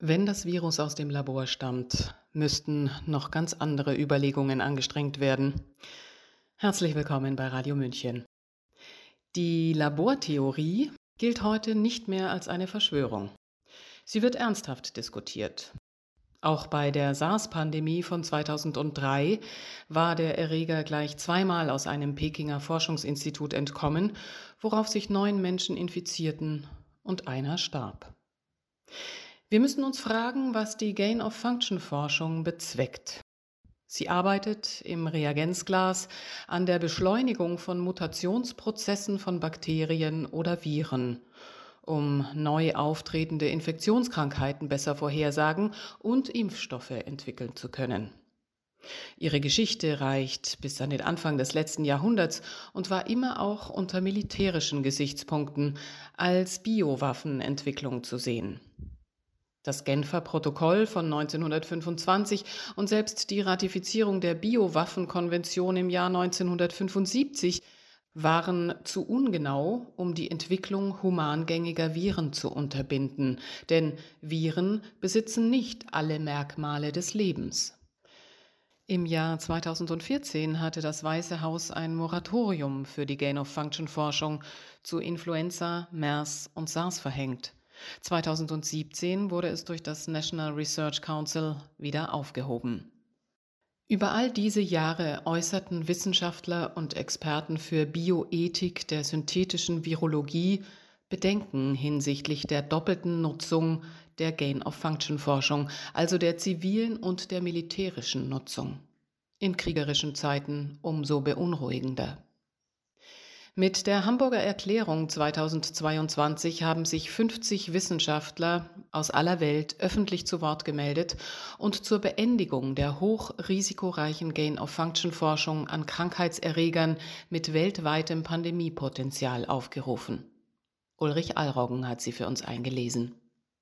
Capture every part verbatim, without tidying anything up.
Wenn das Virus aus dem Labor stammt, müssten noch ganz andere Überlegungen angestrengt werden. Herzlich willkommen bei Radio München. Die Labortheorie gilt heute nicht mehr als eine Verschwörung. Sie wird ernsthaft diskutiert. Auch bei der SARS-Pandemie von zweitausenddrei war der Erreger gleich zweimal aus einem Pekinger Forschungsinstitut entkommen, worauf sich neun Menschen infizierten und einer starb. Wir müssen uns fragen, was die Gain-of-Function-Forschung bezweckt. Sie arbeitet im Reagenzglas an der Beschleunigung von Mutationsprozessen von Bakterien oder Viren, um neu auftretende Infektionskrankheiten besser vorhersagen und Impfstoffe entwickeln zu können. Ihre Geschichte reicht bis an den Anfang des letzten Jahrhunderts und war immer auch unter militärischen Gesichtspunkten als Biowaffenentwicklung zu sehen. Das Genfer Protokoll von neunzehnhundertfünfundzwanzig und selbst die Ratifizierung der Biowaffenkonvention im Jahr neunzehnhundertfünfundsiebzig waren zu ungenau, um die Entwicklung humangängiger Viren zu unterbinden, denn Viren besitzen nicht alle Merkmale des Lebens. Im Jahr zweitausendvierzehn hatte das Weiße Haus ein Moratorium für die Gain-of-Function-Forschung zu Influenza, MERS und SARS verhängt. zweitausendsiebzehn wurde es durch das National Research Council wieder aufgehoben. Über all diese Jahre äußerten Wissenschaftler und Experten für Bioethik der synthetischen Virologie Bedenken hinsichtlich der doppelten Nutzung der Gain-of-Function-Forschung, also der zivilen und der militärischen Nutzung. In kriegerischen Zeiten umso beunruhigender. Mit der Hamburger Erklärung zweitausendzweiundzwanzig haben sich fünfzig Wissenschaftler aus aller Welt öffentlich zu Wort gemeldet und zur Beendigung der hochrisikoreichen Gain-of-Function-Forschung an Krankheitserregern mit weltweitem Pandemiepotenzial aufgerufen. Ulrich Allroggen hat sie für uns eingelesen.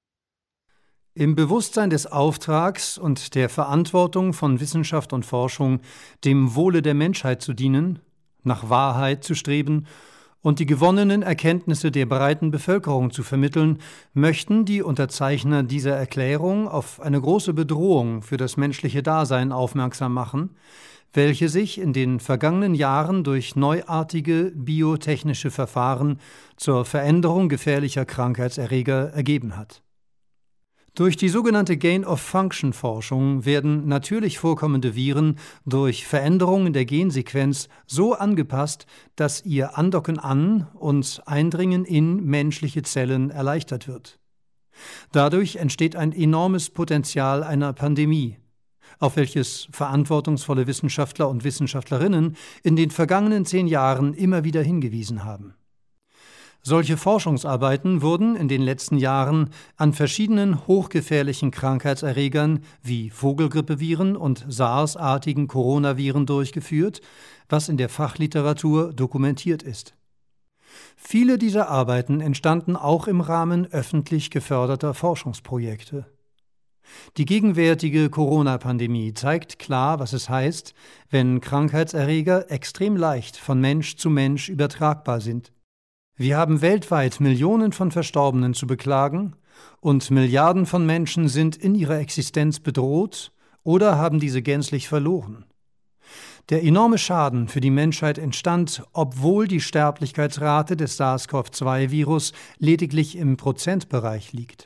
Im Bewusstsein des Auftrags und der Verantwortung von Wissenschaft und Forschung, dem Wohle der Menschheit zu dienen, nach Wahrheit zu streben und die gewonnenen Erkenntnisse der breiten Bevölkerung zu vermitteln, möchten die Unterzeichner dieser Erklärung auf eine große Bedrohung für das menschliche Dasein aufmerksam machen, welche sich in den vergangenen Jahren durch neuartige biotechnische Verfahren zur Veränderung gefährlicher Krankheitserreger ergeben hat. Durch die sogenannte Gain-of-Function-Forschung werden natürlich vorkommende Viren durch Veränderungen der Gensequenz so angepasst, dass ihr Andocken an und Eindringen in menschliche Zellen erleichtert wird. Dadurch entsteht ein enormes Potenzial einer Pandemie, auf welches verantwortungsvolle Wissenschaftler und Wissenschaftlerinnen in den vergangenen zehn Jahren immer wieder hingewiesen haben. Solche Forschungsarbeiten wurden in den letzten Jahren an verschiedenen hochgefährlichen Krankheitserregern wie Vogelgrippeviren und SARS-artigen Coronaviren durchgeführt, was in der Fachliteratur dokumentiert ist. Viele dieser Arbeiten entstanden auch im Rahmen öffentlich geförderter Forschungsprojekte. Die gegenwärtige Corona-Pandemie zeigt klar, was es heißt, wenn Krankheitserreger extrem leicht von Mensch zu Mensch übertragbar sind. Wir haben weltweit Millionen von Verstorbenen zu beklagen und Milliarden von Menschen sind in ihrer Existenz bedroht oder haben diese gänzlich verloren. Der enorme Schaden für die Menschheit entstand, obwohl die Sterblichkeitsrate des SARS-CoV zwei Virus lediglich im Prozentbereich liegt.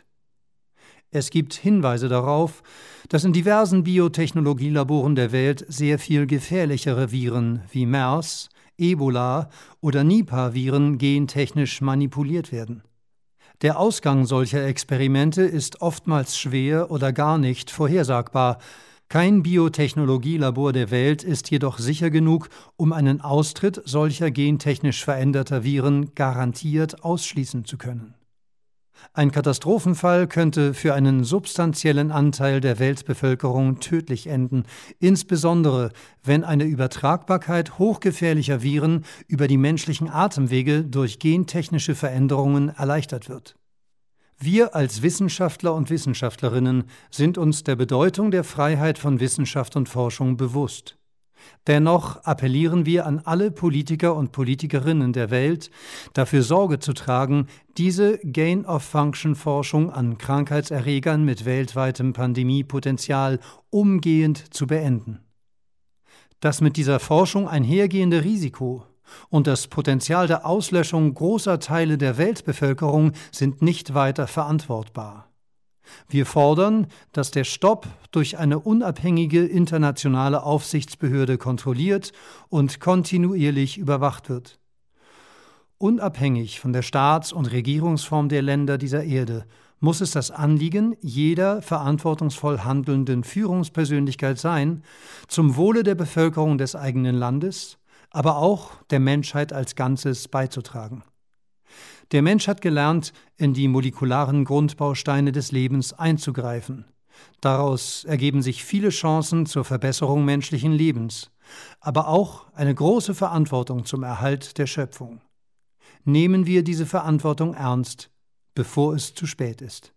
Es gibt Hinweise darauf, dass in diversen Biotechnologielaboren der Welt sehr viel gefährlichere Viren wie MERS, Ebola oder Nipah-Viren gentechnisch manipuliert werden. Der Ausgang solcher Experimente ist oftmals schwer oder gar nicht vorhersagbar. Kein Biotechnologielabor der Welt ist jedoch sicher genug, um einen Austritt solcher gentechnisch veränderter Viren garantiert ausschließen zu können. Ein Katastrophenfall könnte für einen substanziellen Anteil der Weltbevölkerung tödlich enden, insbesondere wenn eine Übertragbarkeit hochgefährlicher Viren über die menschlichen Atemwege durch gentechnische Veränderungen erleichtert wird. Wir als Wissenschaftler und Wissenschaftlerinnen sind uns der Bedeutung der Freiheit von Wissenschaft und Forschung bewusst. Dennoch appellieren wir an alle Politiker und Politikerinnen der Welt, dafür Sorge zu tragen, diese Gain-of-Function-Forschung an Krankheitserregern mit weltweitem Pandemiepotenzial umgehend zu beenden. Das mit dieser Forschung einhergehende Risiko und das Potenzial der Auslöschung großer Teile der Weltbevölkerung sind nicht weiter verantwortbar. Wir fordern, dass der Stopp durch eine unabhängige internationale Aufsichtsbehörde kontrolliert und kontinuierlich überwacht wird. Unabhängig von der Staats- und Regierungsform der Länder dieser Erde muss es das Anliegen jeder verantwortungsvoll handelnden Führungspersönlichkeit sein, zum Wohle der Bevölkerung des eigenen Landes, aber auch der Menschheit als Ganzes beizutragen. Der Mensch hat gelernt, in die molekularen Grundbausteine des Lebens einzugreifen. Daraus ergeben sich viele Chancen zur Verbesserung menschlichen Lebens, aber auch eine große Verantwortung zum Erhalt der Schöpfung. Nehmen wir diese Verantwortung ernst, bevor es zu spät ist.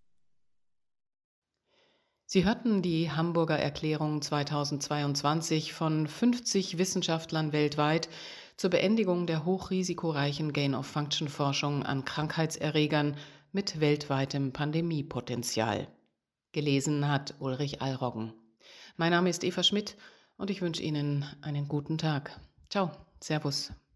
Sie hörten die Hamburger Erklärung zweitausendzweiundzwanzig von fünfzig Wissenschaftlern weltweit zur Beendigung der hochrisikoreichen Gain-of-Function-Forschung an Krankheitserregern mit weltweitem Pandemiepotenzial. Gelesen hat Ulrich Allroggen. Mein Name ist Eva Schmidt und ich wünsche Ihnen einen guten Tag. Ciao, Servus.